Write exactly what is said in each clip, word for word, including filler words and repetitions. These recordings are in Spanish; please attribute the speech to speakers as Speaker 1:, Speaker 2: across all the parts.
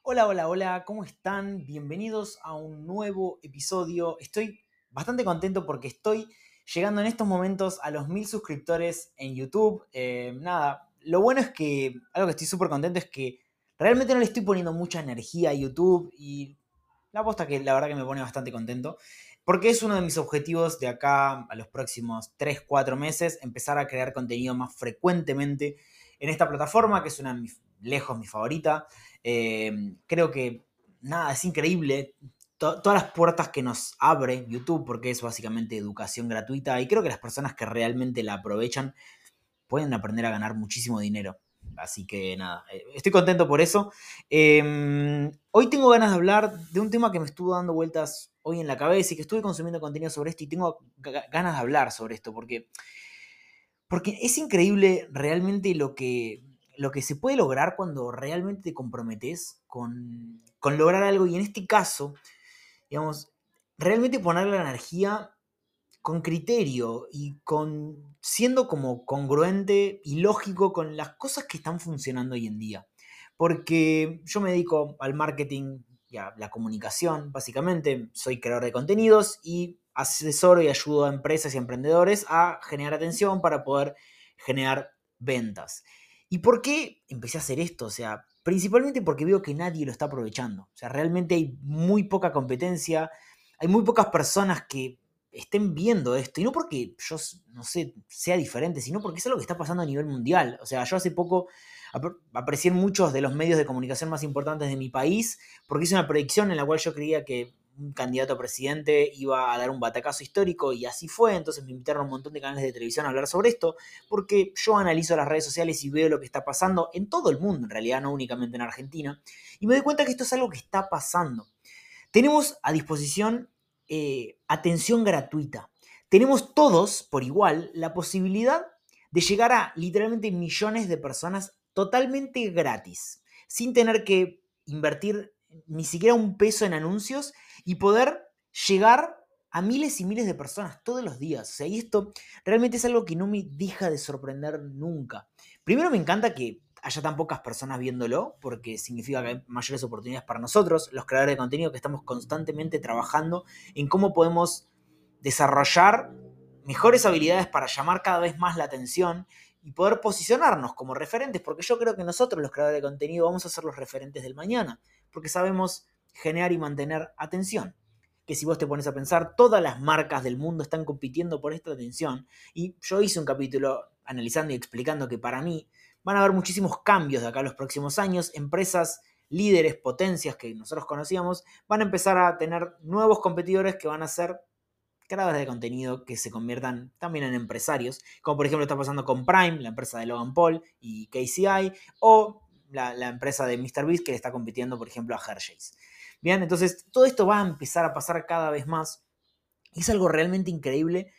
Speaker 1: Hola, hola, hola, ¿cómo están? Bienvenidos a un nuevo episodio. Estoy bastante contento porque estoy llegando en estos momentos a los mil suscriptores en YouTube. Eh, nada, lo bueno es que, algo que estoy súper contento es que realmente no le estoy poniendo mucha energía a YouTube y la posta que la verdad que me pone bastante contento. Porque es uno de mis objetivos de acá a los próximos tres cuatro meses, empezar a crear contenido más frecuentemente en esta plataforma, que es una de mis, lejos mi favorita. Eh, creo que, nada, es increíble to todas las puertas que nos abre YouTube, porque es básicamente educación gratuita y creo que las personas que realmente la aprovechan pueden aprender a ganar muchísimo dinero. Así que nada, eh, estoy contento por eso. Eh, hoy tengo ganas de hablar de un tema que me estuvo dando vueltas hoy en la cabeza y que estuve consumiendo contenido sobre esto y tengo ganas de hablar sobre esto porque, porque es increíble realmente lo que, lo que se puede lograr cuando realmente te comprometes con, con lograr algo y en este caso, digamos, realmente poner la energía con criterio y con siendo como congruente y lógico con las cosas que están funcionando hoy en día. Porque yo me dedico al marketing y a la comunicación, básicamente, soy creador de contenidos y asesoro y ayudo a empresas y emprendedores a generar atención para poder generar ventas. ¿Y por qué empecé a hacer esto? O sea, principalmente porque veo que nadie lo está aprovechando. O sea, realmente hay muy poca competencia, hay muy pocas personas que estén viendo esto. Y no porque yo, no sé, sea diferente, sino porque es algo que está pasando a nivel mundial. O sea, yo hace poco ap aprecié muchos de los medios de comunicación más importantes de mi país, porque hice una predicción en la cual yo creía que un candidato a presidente iba a dar un batacazo histórico y así fue. Entonces me invitaron a un montón de canales de televisión a hablar sobre esto, porque yo analizo las redes sociales y veo lo que está pasando en todo el mundo, en realidad, no únicamente en Argentina, y me doy cuenta que esto es algo que está pasando. Tenemos a disposición eh, atención gratuita. Tenemos todos, por igual, la posibilidad de llegar a literalmente millones de personas totalmente gratis, sin tener que invertir ni siquiera un peso en anuncios y poder llegar a miles y miles de personas todos los días. O sea, y esto realmente es algo que no me deja de sorprender nunca. Primero me encanta que haya tan pocas personas viéndolo, porque significa que hay mayores oportunidades para nosotros, los creadores de contenido, que estamos constantemente trabajando en cómo podemos desarrollar mejores habilidades para llamar cada vez más la atención y poder posicionarnos como referentes, porque yo creo que nosotros los creadores de contenido vamos a ser los referentes del mañana, porque sabemos generar y mantener atención. Que si vos te pones a pensar, todas las marcas del mundo están compitiendo por esta atención, y yo hice un capítulo analizando y explicando que para mí van a haber muchísimos cambios de acá a los próximos años. Empresas líderes, potencias que nosotros conocíamos, van a empezar a tener nuevos competidores que van a ser creadores de contenido que se conviertan también en empresarios, como por ejemplo está pasando con Prime, la empresa de Logan Paul y K C I, o la, la empresa de MrBeast que le está compitiendo, por ejemplo, a Hershey's. Bien, entonces todo esto va a empezar a pasar cada vez más. Y es algo realmente increíble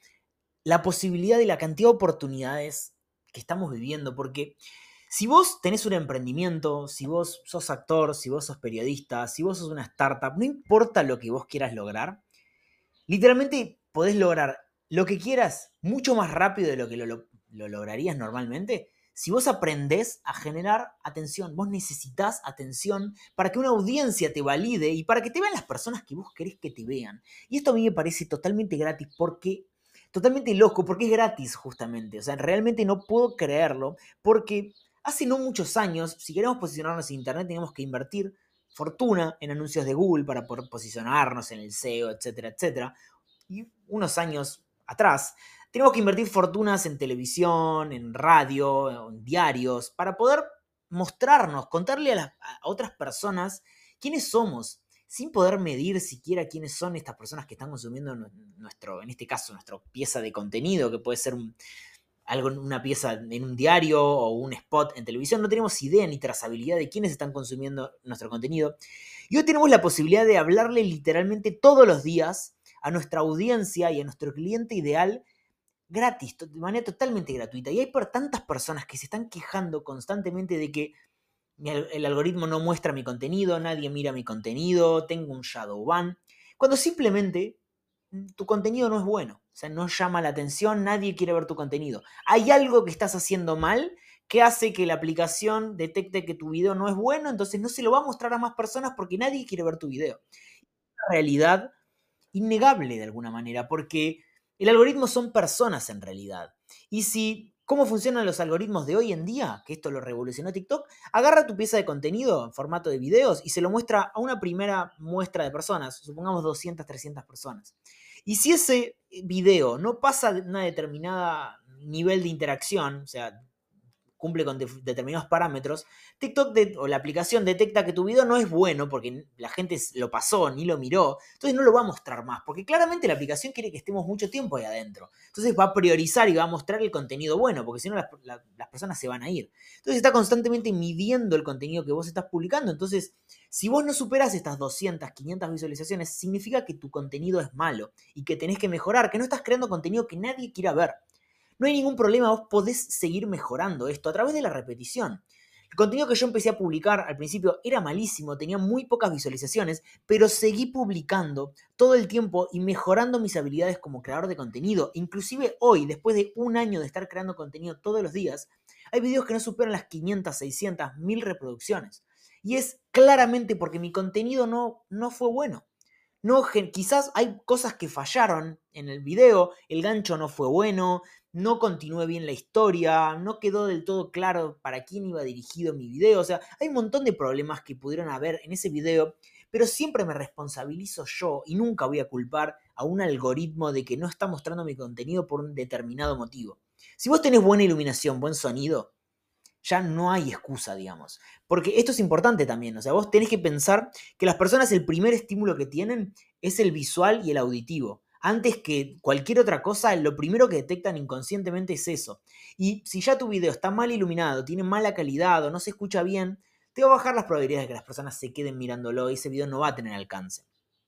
Speaker 1: la posibilidad y la cantidad de oportunidades que estamos viviendo, porque si vos tenés un emprendimiento, si vos sos actor, si vos sos periodista, si vos sos una startup, no importa lo que vos quieras lograr, literalmente podés lograr lo que quieras mucho más rápido de lo que lo, lo, lo lograrías normalmente. Si vos aprendés a generar atención, vos necesitas atención para que una audiencia te valide y para que te vean las personas que vos querés que te vean. Y esto a mí me parece totalmente gratis porque totalmente loco, porque es gratis justamente. O sea, realmente no puedo creerlo, porque hace no muchos años, si queremos posicionarnos en Internet, teníamos que invertir fortuna en anuncios de Google para poder posicionarnos en el S E O, etcétera, etcétera. Y unos años atrás, teníamos que invertir fortunas en televisión, en radio, en diarios, para poder mostrarnos, contarle a, las, a otras personas quiénes somos, sin poder medir siquiera quiénes son estas personas que están consumiendo nuestro, en este caso, nuestra pieza de contenido, que puede ser un, algo, una pieza en un diario o un spot en televisión. No tenemos idea ni trazabilidad de quiénes están consumiendo nuestro contenido. Y hoy tenemos la posibilidad de hablarle literalmente todos los días a nuestra audiencia y a nuestro cliente ideal gratis, de manera totalmente gratuita. Y hay por tantas personas que se están quejando constantemente de que el algoritmo no muestra mi contenido, nadie mira mi contenido, tengo un shadow ban, cuando simplemente tu contenido no es bueno, o sea, no llama la atención, nadie quiere ver tu contenido. Hay algo que estás haciendo mal ¿Qué hace que la aplicación detecte que tu video no es bueno? Entonces no se lo va a mostrar a más personas porque nadie quiere ver tu video. Es una realidad innegable de alguna manera, porque el algoritmo son personas en realidad. Y si, ¿cómo funcionan los algoritmos de hoy en día? Que esto lo revolucionó TikTok. Agarra tu pieza de contenido en formato de videos y se lo muestra a una primera muestra de personas, supongamos doscientas, trescientas personas. Y si ese video no pasa de una determinada nivel de interacción, o sea, cumple con de determinados parámetros, TikTok de, o la aplicación detecta que tu video no es bueno porque la gente lo pasó, ni lo miró, entonces no lo va a mostrar más, porque claramente la aplicación quiere que estemos mucho tiempo ahí adentro. Entonces va a priorizar y va a mostrar el contenido bueno, porque si no las, la, las personas se van a ir. Entonces está constantemente midiendo el contenido que vos estás publicando. Entonces, si vos no superas estas doscientas, quinientas visualizaciones, significa que tu contenido es malo y que tenés que mejorar, que no estás creando contenido que nadie quiera ver. No hay ningún problema, vos podés seguir mejorando esto a través de la repetición. El contenido que yo empecé a publicar al principio era malísimo, tenía muy pocas visualizaciones, pero seguí publicando todo el tiempo y mejorando mis habilidades como creador de contenido. Inclusive hoy, después de un año de estar creando contenido todos los días, hay videos que no superan las quinientas, seiscientas, mil reproducciones. Y es claramente porque mi contenido no, no fue bueno. No, quizás hay cosas que fallaron en el video, el gancho no fue bueno, no continué bien la historia, no quedó del todo claro para quién iba dirigido mi video. O sea, hay un montón de problemas que pudieron haber en ese video, pero siempre me responsabilizo yo y nunca voy a culpar a un algoritmo de que no está mostrando mi contenido por un determinado motivo. Si vos tenés buena iluminación, buen sonido, ya no hay excusa, digamos. Porque esto es importante también, o sea, vos tenés que pensar que las personas el primer estímulo que tienen es el visual y el auditivo. Antes que cualquier otra cosa, lo primero que detectan inconscientemente es eso. Y si ya tu video está mal iluminado, tiene mala calidad o no se escucha bien, te va a bajar las probabilidades de que las personas se queden mirándolo y ese video no va a tener alcance.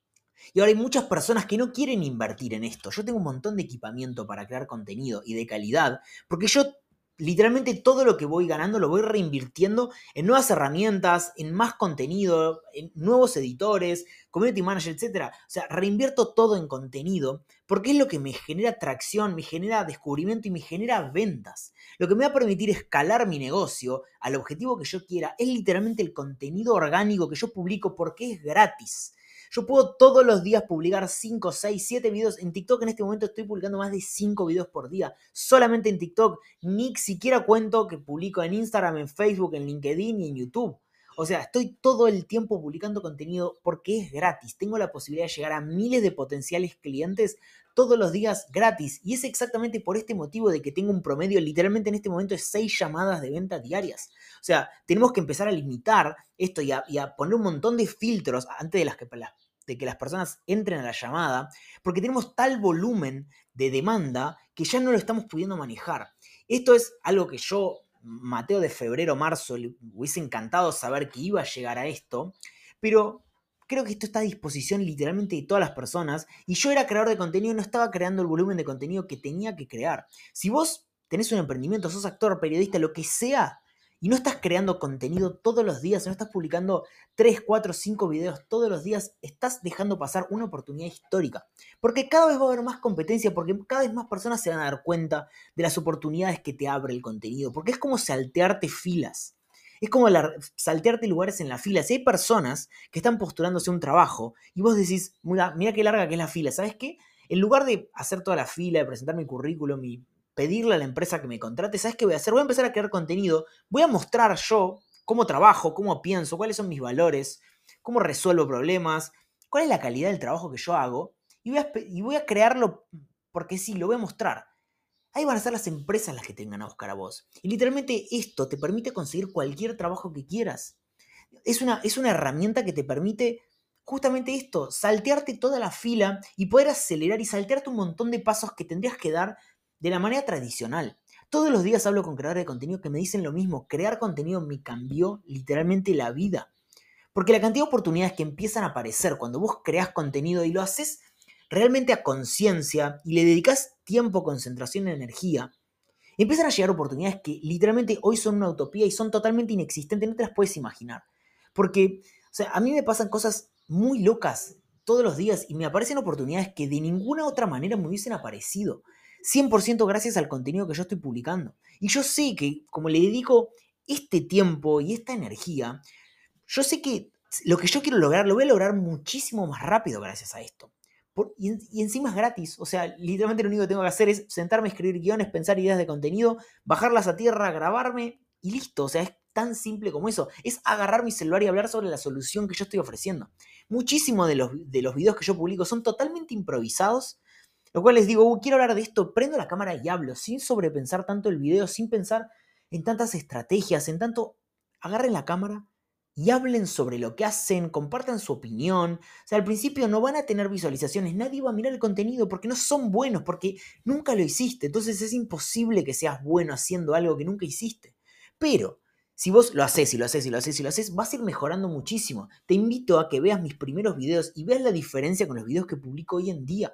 Speaker 1: Y ahora hay muchas personas que no quieren invertir en esto. Yo tengo un montón de equipamiento para crear contenido y de calidad, porque yo literalmente todo lo que voy ganando lo voy reinvirtiendo en nuevas herramientas, en más contenido, en nuevos editores, community manager, etcétera. O sea, reinvierto todo en contenido porque es lo que me genera atracción, me genera descubrimiento y me genera ventas. Lo que me va a permitir escalar mi negocio al objetivo que yo quiera es literalmente el contenido orgánico que yo publico porque es gratis. Yo puedo todos los días publicar cinco, seis, siete videos. En TikTok en este momento estoy publicando más de cinco videos por día. Solamente en TikTok. Ni siquiera cuento que publico en Instagram, en Facebook, en LinkedIn y en YouTube. O sea, estoy todo el tiempo publicando contenido porque es gratis. Tengo la posibilidad de llegar a miles de potenciales clientes todos los días gratis. Y es exactamente por este motivo de que tengo un promedio literalmente en este momento de seis llamadas de venta diarias. O sea, tenemos que empezar a limitar esto y a, y a poner un montón de filtros antes de, las que, de que las personas entren a la llamada, porque tenemos tal volumen de demanda que ya no lo estamos pudiendo manejar. Esto es algo que yo, Mateo de febrero, marzo, le hubiese encantado saber que iba a llegar a esto, pero creo que esto está a disposición literalmente de todas las personas y yo era creador de contenido y no estaba creando el volumen de contenido que tenía que crear. Si vos tenés un emprendimiento, sos actor, periodista, lo que sea, y no estás creando contenido todos los días, no estás publicando tres, cuatro, cinco videos todos los días, estás dejando pasar una oportunidad histórica. Porque cada vez va a haber más competencia, porque cada vez más personas se van a dar cuenta de las oportunidades que te abre el contenido, porque es como saltearte filas. Es como la, saltearte lugares en la fila. Si hay personas que están postulándose a un trabajo y vos decís, mira, mira qué larga que es la fila, ¿sabes qué? En lugar de hacer toda la fila, de presentar mi currículum y pedirle a la empresa que me contrate, ¿sabes qué voy a hacer? Voy a empezar a crear contenido, voy a mostrar yo cómo trabajo, cómo pienso, cuáles son mis valores, cómo resuelvo problemas, cuál es la calidad del trabajo que yo hago y voy a, y voy a crearlo porque sí, lo voy a mostrar. Ahí van a ser las empresas las que te vengan a buscar a vos. Y literalmente esto te permite conseguir cualquier trabajo que quieras. Es una, es una herramienta que te permite justamente esto, saltearte toda la fila y poder acelerar y saltearte un montón de pasos que tendrías que dar de la manera tradicional. Todos los días hablo con creadores de contenido que me dicen lo mismo. Crear contenido me cambió literalmente la vida. Porque la cantidad de oportunidades que empiezan a aparecer cuando vos creás contenido y lo haces realmente a conciencia y le dedicas tiempo, concentración y energía, empiezan a llegar oportunidades que literalmente hoy son una utopía y son totalmente inexistentes, no te las puedes imaginar. Porque, o sea, a mí me pasan cosas muy locas todos los días y me aparecen oportunidades que de ninguna otra manera me hubiesen aparecido. cien por ciento gracias al contenido que yo estoy publicando. Y yo sé que como le dedico este tiempo y esta energía, yo sé que lo que yo quiero lograr, lo voy a lograr muchísimo más rápido gracias a esto. Por, y, y, encima es gratis. O sea, literalmente lo único que tengo que hacer es sentarme a escribir guiones, pensar ideas de contenido, bajarlas a tierra, grabarme y listo. O sea, es tan simple como eso. Es agarrar mi celular y hablar sobre la solución que yo estoy ofreciendo. Muchísimos de los, de los videos que yo publico son totalmente improvisados. Lo cual les digo, uh, quiero hablar de esto, prendo la cámara y hablo, sin sobrepensar tanto el video, sin pensar en tantas estrategias, en tanto, agarren la cámara y hablen sobre lo que hacen, compartan su opinión. O sea, al principio no van a tener visualizaciones, nadie va a mirar el contenido porque no son buenos, porque nunca lo hiciste. Entonces es imposible que seas bueno haciendo algo que nunca hiciste. Pero si vos lo haces y lo haces y lo haces y lo haces, vas a ir mejorando muchísimo. Te invito a que veas mis primeros videos y veas la diferencia con los videos que publico hoy en día.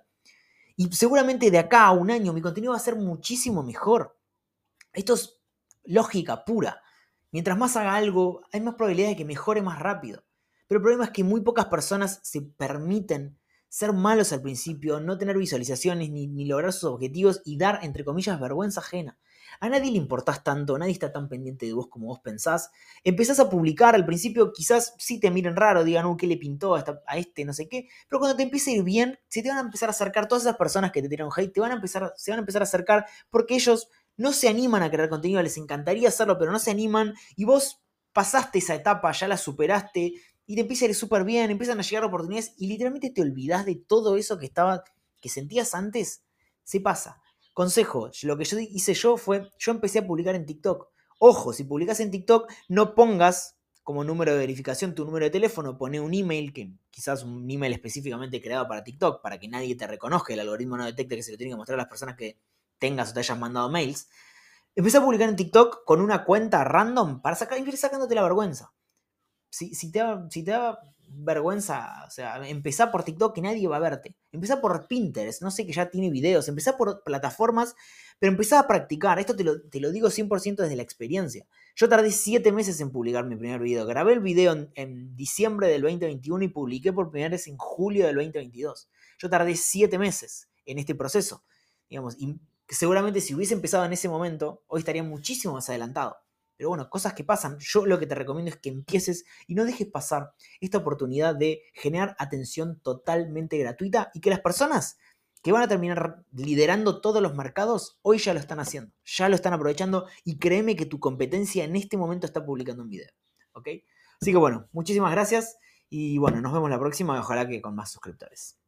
Speaker 1: Y seguramente de acá a un año mi contenido va a ser muchísimo mejor. Esto es lógica pura. Mientras más haga algo, hay más probabilidad de que mejore más rápido. Pero el problema es que muy pocas personas se permiten ser malos al principio, no tener visualizaciones ni, ni lograr sus objetivos y dar, entre comillas, vergüenza ajena. A nadie le importás tanto, nadie está tan pendiente de vos como vos pensás. Empezás a publicar, al principio quizás sí te miren raro, digan, uh, ¿qué le pintó a, esta, a este, no sé qué? Pero cuando te empiece a ir bien, se te van a empezar a acercar todas esas personas que te tiran hate, te van a empezar, se van a empezar a acercar porque ellos no se animan a crear contenido, les encantaría hacerlo, pero no se animan, y vos pasaste esa etapa, ya la superaste, y te empieza a ir súper bien, empiezan a llegar oportunidades, y literalmente te olvidás de todo eso que estaba, que sentías antes, se pasa. Consejo, lo que yo hice yo fue, yo empecé a publicar en TikTok. Ojo, si publicas en TikTok, no pongas como número de verificación tu número de teléfono, pone un email, que quizás un email específicamente creado para TikTok, para que nadie te reconozca, el algoritmo no detecte que se lo tiene que mostrar a las personas que tengas o te hayas mandado mails. Empecé a publicar en TikTok con una cuenta random para sacar, ir sacándote la vergüenza. Si, si, te da, si te da vergüenza, o sea, empezá por TikTok que nadie va a verte. Empezá por Pinterest, no sé, que ya tiene videos. Empezá por plataformas, pero empezá a practicar. Esto te lo, te lo digo cien por ciento desde la experiencia. Yo tardé siete meses en publicar mi primer video. Grabé el video en, en diciembre del veinte veintiuno y publiqué por primera vez en julio del veinte veintidós. Yo tardé siete meses en este proceso, digamos, y seguramente si hubiese empezado en ese momento, hoy estaría muchísimo más adelantado. Pero bueno, cosas que pasan. Yo lo que te recomiendo es que empieces y no dejes pasar esta oportunidad de generar atención totalmente gratuita y que las personas que van a terminar liderando todos los mercados, hoy ya lo están haciendo, ya lo están aprovechando y créeme que tu competencia en este momento está publicando un video. ¿Ok? Así que bueno, muchísimas gracias y bueno, nos vemos la próxima y ojalá que con más suscriptores.